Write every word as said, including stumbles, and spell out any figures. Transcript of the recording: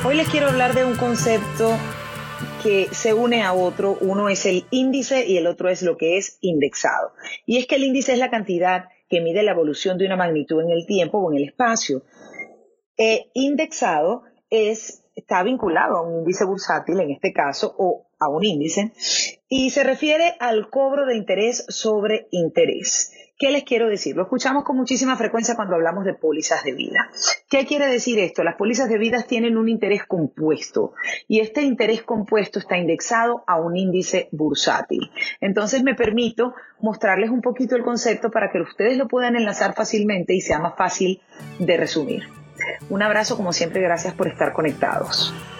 Hoy les quiero hablar de un concepto que se une a otro. Uno es el índice y el otro es lo que es indexado. Y es que el índice es la cantidad que mide la evolución de una magnitud en el tiempo o en el espacio. Eh, indexado es, está vinculado a un índice bursátil, en este caso, o a un índice, y se refiere al cobro de interés sobre interés. ¿Qué les quiero decir? Lo escuchamos con muchísima frecuencia cuando hablamos de pólizas de vida. ¿Qué quiere decir esto? Las pólizas de vida tienen un interés compuesto y este interés compuesto está indexado a un índice bursátil. Entonces me permito mostrarles un poquito el concepto para que ustedes lo puedan enlazar fácilmente y sea más fácil de resumir. Un abrazo, como siempre, gracias por estar conectados.